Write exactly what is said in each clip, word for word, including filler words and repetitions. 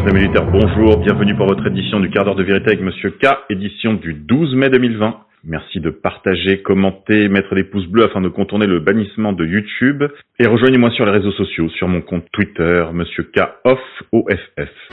Militaires et militaires, bonjour, bienvenue pour votre édition du quart d'heure de vérité avec Monsieur K, édition du douze mai deux mille vingt. Merci de partager, commenter, mettre des pouces bleus afin de contourner le bannissement de YouTube. Et rejoignez-moi sur les réseaux sociaux, sur mon compte Twitter, Monsieur K Off, O F F.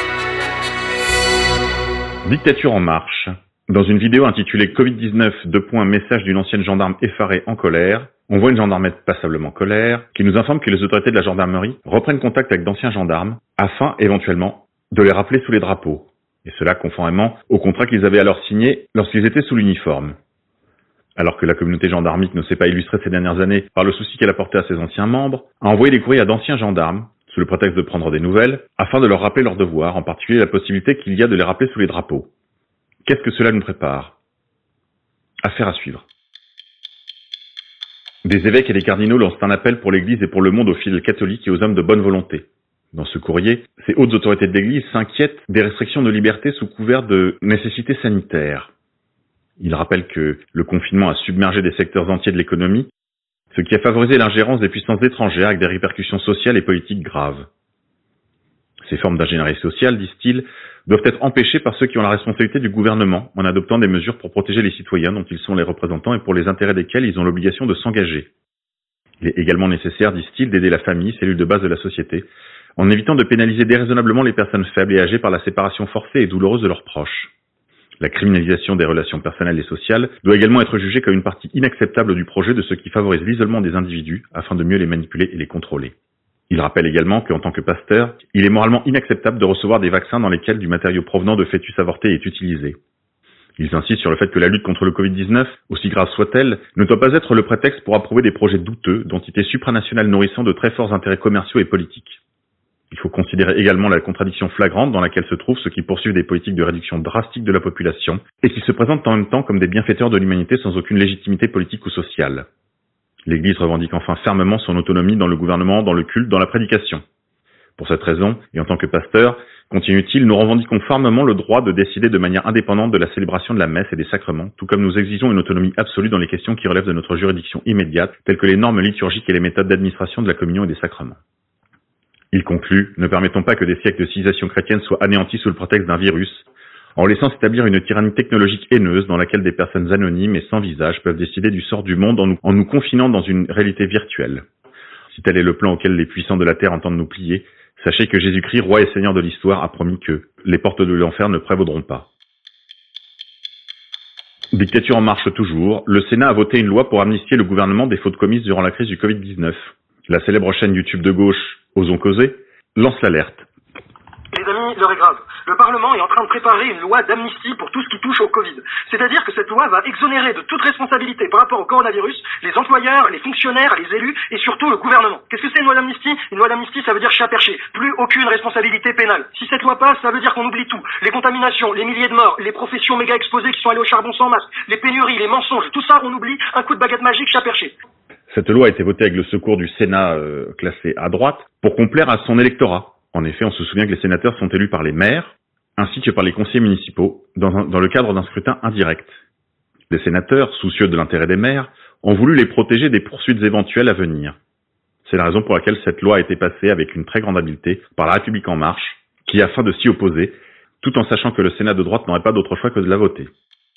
Dictature en marche. Dans une vidéo intitulée covid dix-neuf, deux points, message d'une ancienne gendarme effarée en colère, on voit une gendarmette passablement colère qui nous informe que les autorités de la gendarmerie reprennent contact avec d'anciens gendarmes afin, éventuellement, de les rappeler sous les drapeaux. Et cela conformément au contrat qu'ils avaient alors signé lorsqu'ils étaient sous l'uniforme. Alors que la communauté gendarmique ne s'est pas illustrée ces dernières années par le souci qu'elle a porté à ses anciens membres, a envoyé des courriers à d'anciens gendarmes, sous le prétexte de prendre des nouvelles, afin de leur rappeler leurs devoirs, en particulier la possibilité qu'il y a de les rappeler sous les drapeaux. Qu'est-ce que cela nous prépare? Affaire à suivre. Des évêques et des cardinaux lancent un appel pour l'Église et pour le monde aux fidèles catholiques et aux hommes de bonne volonté. Dans ce courrier, ces hautes autorités de l'Église s'inquiètent des restrictions de liberté sous couvert de nécessités sanitaires. Ils rappellent que le confinement a submergé des secteurs entiers de l'économie, ce qui a favorisé l'ingérence des puissances étrangères avec des répercussions sociales et politiques graves. Ces formes d'ingénierie sociale, disent-ils, doivent être empêchées par ceux qui ont la responsabilité du gouvernement en adoptant des mesures pour protéger les citoyens dont ils sont les représentants et pour les intérêts desquels ils ont l'obligation de s'engager. Il est également nécessaire, disent-ils, d'aider la famille, cellule de base de la société, en évitant de pénaliser déraisonnablement les personnes faibles et âgées par la séparation forcée et douloureuse de leurs proches. La criminalisation des relations personnelles et sociales doit également être jugée comme une partie inacceptable du projet de ceux qui favorisent l'isolement des individus afin de mieux les manipuler et les contrôler. Il rappelle également qu'en tant que pasteur, il est moralement inacceptable de recevoir des vaccins dans lesquels du matériau provenant de fœtus avortés est utilisé. Ils insistent sur le fait que la lutte contre le covid dix-neuf, aussi grave soit-elle, ne doit pas être le prétexte pour approuver des projets douteux d'entités supranationales nourrissant de très forts intérêts commerciaux et politiques. Il faut considérer également la contradiction flagrante dans laquelle se trouvent ceux qui poursuivent des politiques de réduction drastique de la population et qui se présentent en même temps comme des bienfaiteurs de l'humanité sans aucune légitimité politique ou sociale. L'Église revendique enfin fermement son autonomie dans le gouvernement, dans le culte, dans la prédication. Pour cette raison, et en tant que pasteur, continue-t-il, nous revendiquons fermement le droit de décider de manière indépendante de la célébration de la messe et des sacrements, tout comme nous exigeons une autonomie absolue dans les questions qui relèvent de notre juridiction immédiate, telles que les normes liturgiques et les méthodes d'administration de la communion et des sacrements. Il conclut, ne permettons pas que des siècles de civilisation chrétienne soient anéantis sous le prétexte d'un virus, en laissant s'établir une tyrannie technologique haineuse dans laquelle des personnes anonymes et sans visage peuvent décider du sort du monde en nous, en nous confinant dans une réalité virtuelle. Si tel est le plan auquel les puissants de la terre entendent nous plier, sachez que Jésus-Christ, roi et seigneur de l'histoire, a promis que les portes de l'enfer ne prévaudront pas. Dictature en marche toujours, le Sénat a voté une loi pour amnistier le gouvernement des fautes commises durant la crise du covid dix-neuf. La célèbre chaîne YouTube de gauche, Osons causer, lance l'alerte. Les amis, l'heure est grave. Le Parlement est en train de préparer une loi d'amnistie pour tout ce qui touche au Covid. C'est-à-dire que cette loi va exonérer de toute responsabilité par rapport au coronavirus les employeurs, les fonctionnaires, les élus et surtout le gouvernement. Qu'est-ce que c'est une loi d'amnistie? Une loi d'amnistie, ça veut dire chat perché. Plus aucune responsabilité pénale. Si cette loi passe, ça veut dire qu'on oublie tout. Les contaminations, les milliers de morts, les professions méga exposées qui sont allées au charbon sans masque, les pénuries, les mensonges, tout ça, on oublie. Un coup de baguette magique, chat perché. Cette loi a été votée avec le secours du Sénat euh, classé à droite pour complaire à son électorat. En effet, on se souvient que les sénateurs sont élus par les maires, ainsi que par les conseillers municipaux, dans, un, dans le cadre d'un scrutin indirect. Les sénateurs, soucieux de l'intérêt des maires, ont voulu les protéger des poursuites éventuelles à venir. C'est la raison pour laquelle cette loi a été passée avec une très grande habileté par La République En Marche, qui a faim de s'y opposer, tout en sachant que le Sénat de droite n'aurait pas d'autre choix que de la voter.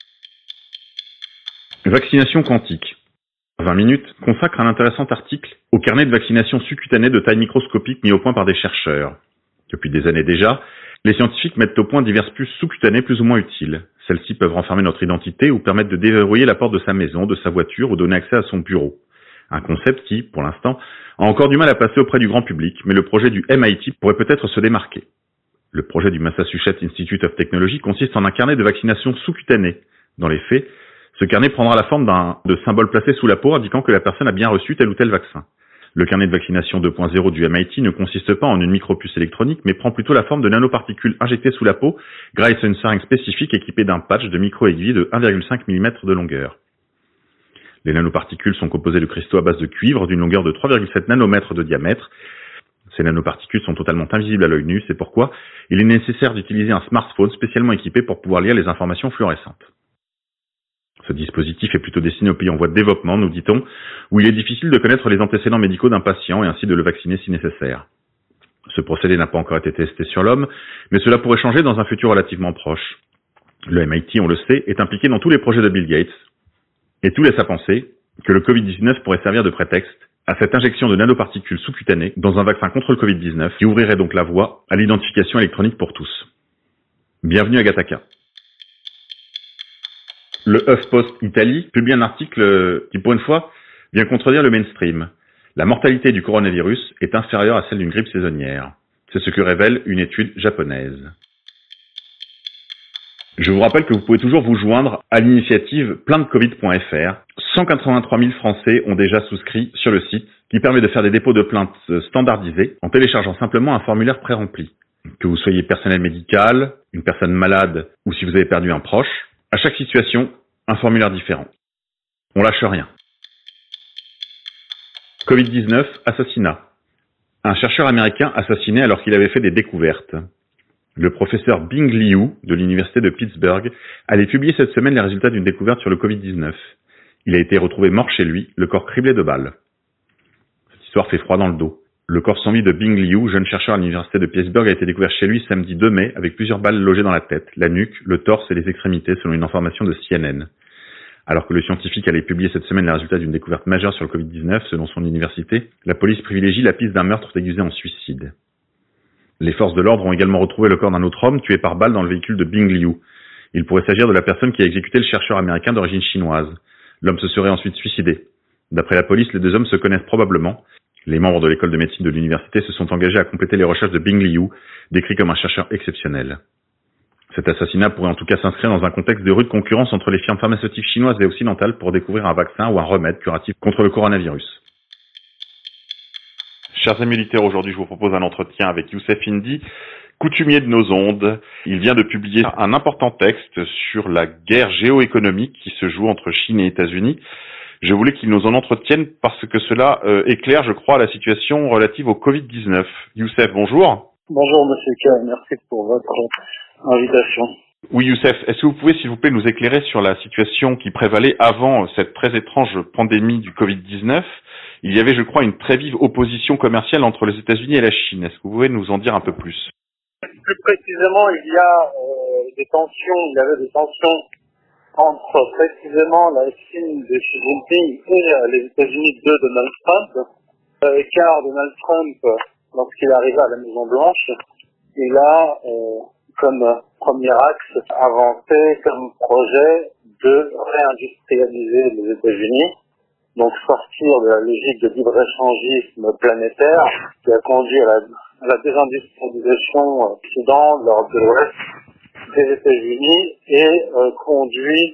Vaccination quantique. vingt minutes consacre un intéressant article au carnet de vaccination sous-cutanée de taille microscopique mis au point par des chercheurs. Depuis des années déjà, les scientifiques mettent au point diverses puces sous-cutanées plus ou moins utiles. Celles-ci peuvent renfermer notre identité ou permettre de déverrouiller la porte de sa maison, de sa voiture ou donner accès à son bureau. Un concept qui, pour l'instant, a encore du mal à passer auprès du grand public, mais le projet du M I T pourrait peut-être se démarquer. Le projet du Massachusetts Institute of Technology consiste en un carnet de vaccination sous-cutané. Dans les faits, ce carnet prendra la forme d'un de symbole placé sous la peau indiquant que la personne a bien reçu tel ou tel vaccin. Le carnet de vaccination deux point zéro du M I T ne consiste pas en une micropuce électronique, mais prend plutôt la forme de nanoparticules injectées sous la peau grâce à une seringue spécifique équipée d'un patch de micro-aiguille de un virgule cinq millimètre de longueur. Les nanoparticules sont composées de cristaux à base de cuivre d'une longueur de trois virgule sept nanomètres de diamètre. Ces nanoparticules sont totalement invisibles à l'œil nu, c'est pourquoi il est nécessaire d'utiliser un smartphone spécialement équipé pour pouvoir lire les informations fluorescentes. Ce dispositif est plutôt destiné aux pays en voie de développement, nous dit-on, où il est difficile de connaître les antécédents médicaux d'un patient et ainsi de le vacciner si nécessaire. Ce procédé n'a pas encore été testé sur l'homme, mais cela pourrait changer dans un futur relativement proche. Le M I T, on le sait, est impliqué dans tous les projets de Bill Gates, et tout laisse à penser que le covid dix-neuf pourrait servir de prétexte à cette injection de nanoparticules sous-cutanées dans un vaccin contre le covid dix-neuf qui ouvrirait donc la voie à l'identification électronique pour tous. Bienvenue à Gattaca. Le HuffPost Italie publie un article qui, pour une fois, vient contredire le mainstream. La mortalité du coronavirus est inférieure à celle d'une grippe saisonnière. C'est ce que révèle une étude japonaise. Je vous rappelle que vous pouvez toujours vous joindre à l'initiative plaintecovid point f r. cent quatre-vingt-trois mille Français ont déjà souscrit sur le site qui permet de faire des dépôts de plaintes standardisés en téléchargeant simplement un formulaire pré-rempli. Que vous soyez personnel médical, une personne malade ou si vous avez perdu un proche, à chaque situation, un formulaire différent. On lâche rien. covid dix-neuf, assassinat. Un chercheur américain assassiné alors qu'il avait fait des découvertes. Le professeur Bing Liu de l'université de Pittsburgh allait publier cette semaine les résultats d'une découverte sur le covid dix-neuf. Il a été retrouvé mort chez lui, le corps criblé de balles. Cette histoire fait froid dans le dos. Le corps sans vie de Bing Liu, jeune chercheur à l'université de Pittsburgh, a été découvert chez lui samedi deux mai avec plusieurs balles logées dans la tête, la nuque, le torse et les extrémités selon une information de C N N. Alors que le scientifique allait publier cette semaine les résultats d'une découverte majeure sur le covid dix-neuf selon son université, la police privilégie la piste d'un meurtre déguisé en suicide. Les forces de l'ordre ont également retrouvé le corps d'un autre homme tué par balle dans le véhicule de Bing Liu. Il pourrait s'agir de la personne qui a exécuté le chercheur américain d'origine chinoise. L'homme se serait ensuite suicidé. D'après la police, les deux hommes se connaissent probablement. Les membres de l'école de médecine de l'université se sont engagés à compléter les recherches de Bing Liu, décrit comme un chercheur exceptionnel. Cet assassinat pourrait en tout cas s'inscrire dans un contexte de rude concurrence entre les firmes pharmaceutiques chinoises et occidentales pour découvrir un vaccin ou un remède curatif contre le coronavirus. Chers amis auditeurs, aujourd'hui je vous propose un entretien avec Youssef Indy, coutumier de nos ondes. Il vient de publier un important texte sur la guerre géoéconomique qui se joue entre Chine et États-Unis. Je voulais qu'il nous en entretienne parce que cela euh, éclaire, je crois, la situation relative au covid dix-neuf. Youssef, bonjour. Bonjour Monsieur K, merci pour votre invitation. Oui Youssef, est-ce que vous pouvez s'il vous plaît nous éclairer sur la situation qui prévalait avant cette très étrange pandémie du covid dix-neuf? Il y avait, je crois, une très vive opposition commerciale entre les États-Unis et la Chine. Est-ce que vous pouvez nous en dire un peu plus? Plus précisément, il y a euh, des tensions, il y avait des tensions entre précisément la Chine de Xi Jinping et euh, les États-Unis de Donald Trump, euh, car Donald Trump, lorsqu'il est arrivé à la Maison-Blanche, il a, euh, comme premier axe, avancé comme projet de réindustrialiser les États-Unis, donc sortir de la logique de libre-échangisme planétaire qui a conduit à la, à la désindustrialisation occidentale, l'Europe de l'Ouest, des États-Unis et euh, conduit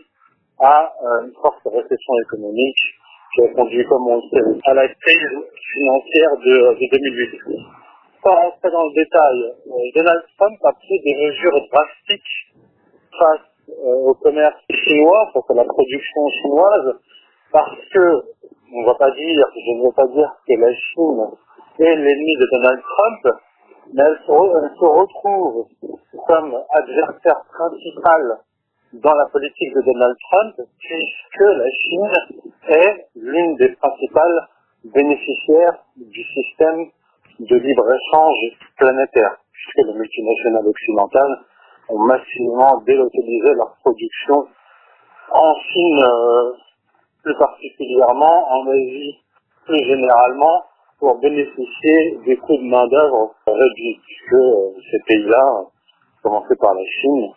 à euh, une forte récession économique qui a conduit, comme on le sait, à la crise financière de, de deux mille huit. Sans rentrer dans le détail, euh, Donald Trump a pris des mesures drastiques face euh, au commerce chinois, face à la production chinoise, parce que, on ne va pas dire, je ne veux pas dire que la Chine est l'ennemi de Donald Trump, mais elle se, re, elle se retrouve comme adversaire principal dans la politique de Donald Trump, puisque la Chine est l'une des principales bénéficiaires du système de libre-échange planétaire, puisque les multinationales occidentales ont massivement délocalisé leur production en Chine, euh, plus particulièrement en Asie, plus généralement, pour bénéficier des coûts de main-d'œuvre réduits, puisque euh, ces pays-là, commencés par la Chine,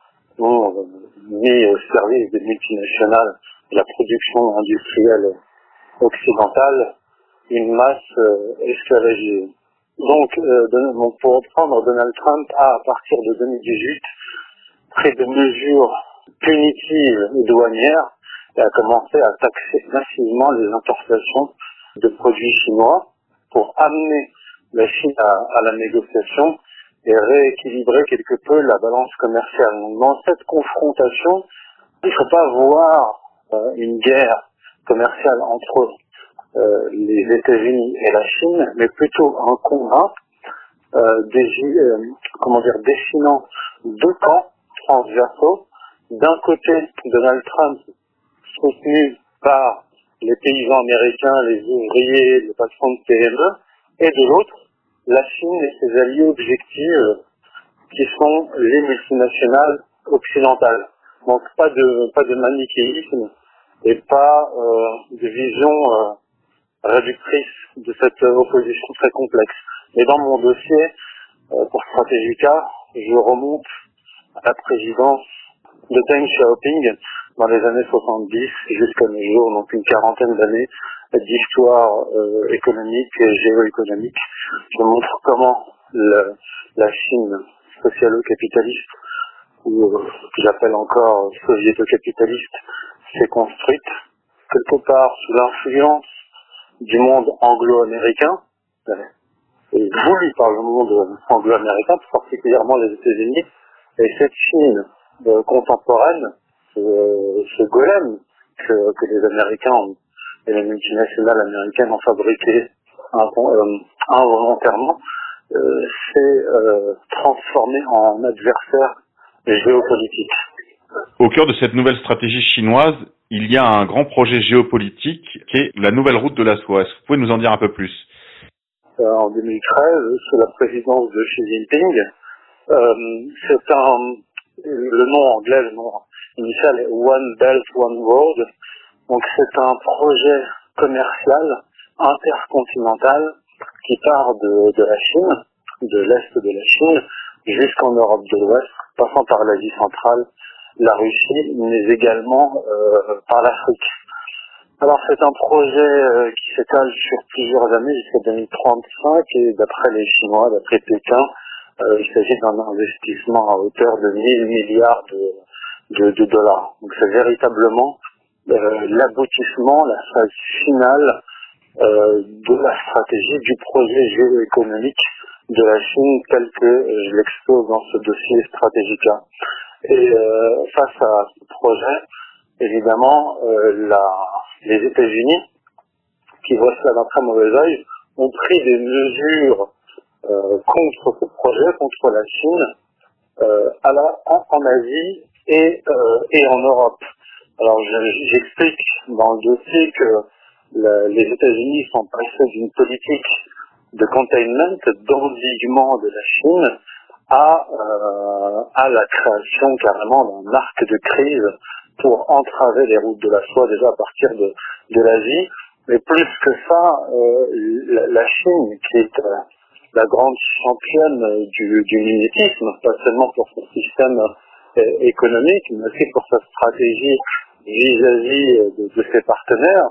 ont euh, mis au service des multinationales de la production industrielle occidentale une masse euh, esclavagisée. Donc, euh, de, donc, pour reprendre, Donald Trump a, à partir de deux mille dix-huit, pris des mesures punitives et douanières et a commencé à taxer massivement les importations de produits chinois pour amener la Chine à, à la négociation et rééquilibrer quelque peu la balance commerciale. Donc, dans cette confrontation, il ne faut pas voir euh, une guerre commerciale entre euh, les États-Unis et la Chine, mais plutôt un combat euh, des, euh, comment dire, dessinant deux camps transversaux. D'un côté, Donald Trump, soutenu par les paysans américains, les ouvriers, les patrons de P M E, et de l'autre, la Chine et ses alliés objectifs qui sont les multinationales occidentales. Donc pas de pas de manichéisme et pas euh, de vision euh, réductrice de cette opposition très complexe. Et dans mon dossier, euh, pour Strategica, je remonte à la présidence de Deng Xiaoping dans les années soixante-dix jusqu'à nos jours, donc une quarantaine d'années d'histoire euh, économique et géoéconomique. Je montre comment le, la Chine socialo-capitaliste, ou euh, que j'appelle encore soviéto-capitaliste, s'est construite quelque part sous l'influence du monde anglo-américain, et voulu par le monde anglo-américain, particulièrement les États-Unis, et cette Chine euh, contemporaine, euh, ce golem que, que les Américains ont, et les multinationales américaines ont fabriqué euh, involontairement, euh, s'est euh, transformé en adversaire géopolitique. Au cœur de cette nouvelle stratégie chinoise, il y a un grand projet géopolitique qui est la nouvelle route de la soie. Est-ce que vous pouvez nous en dire un peu plus? euh, En deux mille treize, sous la présidence de Xi Jinping, euh, c'est un, le nom anglais, le nom initial est One Belt, One Road. Donc c'est un projet commercial intercontinental qui part de, de la Chine, de l'Est de la Chine, jusqu'en Europe de l'Ouest, passant par l'Asie centrale, la Russie, mais également euh, par l'Afrique. Alors c'est un projet euh, qui s'étale sur plusieurs années, jusqu'à deux mille trente-cinq, et d'après les Chinois, d'après Pékin, euh, il s'agit d'un investissement à hauteur de mille milliards de, de, de dollars. Donc c'est véritablement euh, l'aboutissement, la phase finale euh, de la stratégie du projet géoéconomique de la Chine tel que euh, je l'expose dans ce dossier Strategica. Et euh, face à ce projet, évidemment, euh, la, les États-Unis, qui voient cela d'un très mauvais œil, ont pris des mesures euh, contre ce projet, contre la Chine, euh, à la, en, en Asie et, euh, et en Europe. Alors je, j'explique dans le dossier que la, les États-Unis sont passés d'une politique de containment, d'endiguement de la Chine, à, euh, à la création carrément d'un arc de crise pour entraver les routes de la soie déjà à partir de, de l'Asie. Mais plus que ça, euh, la, la Chine, qui est euh, la grande championne du, du mimétisme, pas seulement pour son système euh, économique, mais aussi pour sa stratégie vis-à-vis de, de ses partenaires,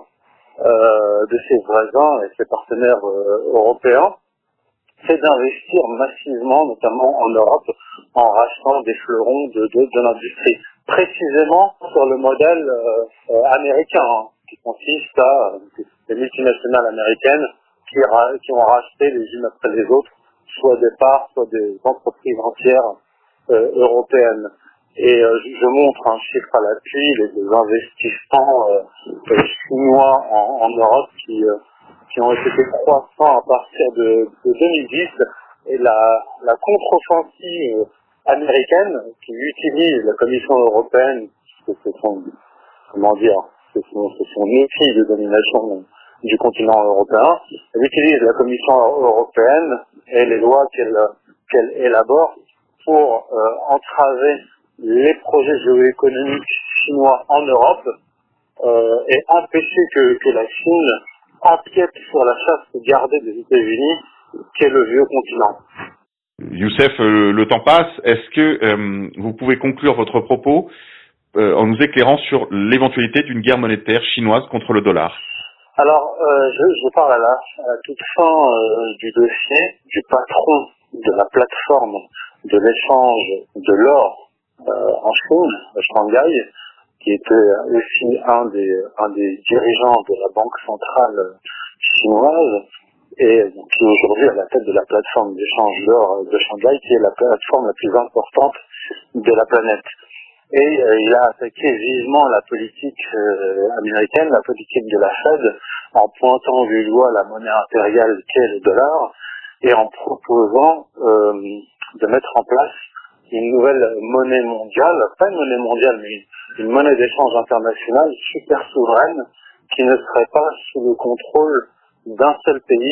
euh, de ses voisins et ses partenaires euh, européens, c'est d'investir massivement, notamment en Europe, en rachetant des fleurons de, de, de l'industrie. Précisément sur le modèle euh, euh, américain, hein, qui consiste à euh, des multinationales américaines qui, ra qui ont racheté les unes après les autres, soit des parts, soit des entreprises entières euh, européennes. Et euh, je montre un chiffre à l'appui, les, les investissements euh, chinois en, en Europe qui... Euh, qui ont été croissants à partir de, de deux mille dix, et la, la contre-offensive américaine qui utilise la Commission européenne, parce que c'est son, comment dire, c'est son, c'est son outil de domination du continent européen, elle utilise la Commission européenne et les lois qu'elle qu'elle élabore pour euh, entraver les projets géoéconomiques chinois en Europe euh, et empêcher que, que la Chine empiète sur la chasse gardée des États-Unis, qui est le vieux continent. Youssef, le, le temps passe. Est-ce que euh, vous pouvez conclure votre propos euh, en nous éclairant sur l'éventualité d'une guerre monétaire chinoise contre le dollar? Alors, euh, je, je parle à la, à la toute fin euh, du dossier du patron de la plateforme de l'échange de l'or euh, en Chine, à Shanghai, qui était aussi un des, un des dirigeants de la Banque centrale chinoise, et qui est aujourd'hui à la tête de la plateforme d'échange d'or de Shanghai, qui est la plateforme la plus importante de la planète. Et euh, il a attaqué vivement la politique euh, américaine, la politique de la Fed, en pointant du doigt la monnaie impériale qu'est le dollar, et en proposant euh, de mettre en place une nouvelle monnaie mondiale, pas une monnaie mondiale, mais une monnaie d'échange internationale super souveraine qui ne serait pas sous le contrôle d'un seul pays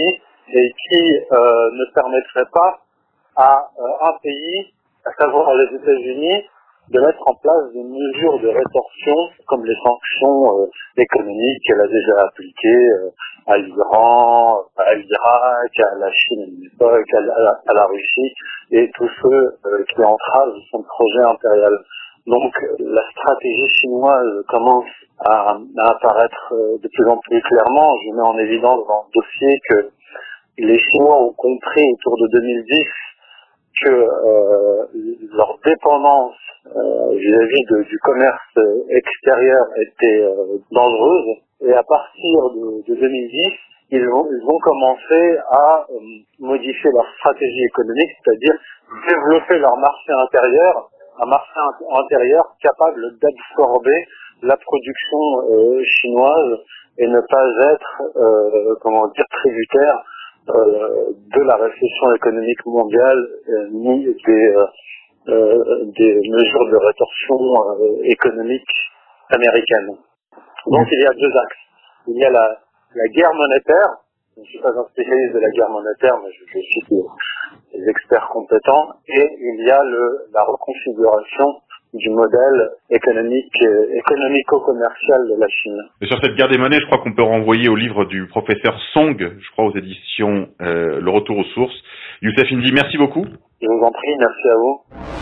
et qui euh, ne permettrait pas à euh, un pays, à savoir les États-Unis, de mettre en place des mesures de rétorsion comme les sanctions euh, économiques qu'elle a déjà appliquées euh, à l'Iran, à l'Irak, à la Chine à une époque, à la, à la Russie et tous ceux euh, qui entravent son projet impérial. Donc la stratégie chinoise commence à, à apparaître euh, de plus en plus clairement. Je mets en évidence dans le dossier que les Chinois ont compris autour de deux mille dix que euh, leur dépendance euh, vis-à-vis de, du commerce extérieur était euh, dangereuse, et à partir de, de deux mille dix, ils vont, ils vont commencer à euh, modifier leur stratégie économique, c'est-à-dire développer leur marché intérieur, un marché intérieur capable d'absorber la production euh, chinoise et ne pas être, euh, comment dire, tributaire Euh, de la récession économique mondiale, euh, ni des, euh, euh, des mesures de rétorsion euh, économique américaine. Donc il y a deux axes. Il y a la, la guerre monétaire. Je ne suis pas un spécialiste de la guerre monétaire, mais je, je cite les, les experts compétents. Et il y a le, la reconfiguration du modèle économique, euh, économico-commercial de la Chine. Et sur cette guerre des monnaies, je crois qu'on peut renvoyer au livre du professeur Song, je crois aux éditions euh, Le Retour aux Sources. Youssef Indy, merci beaucoup. Je vous en prie, merci à vous.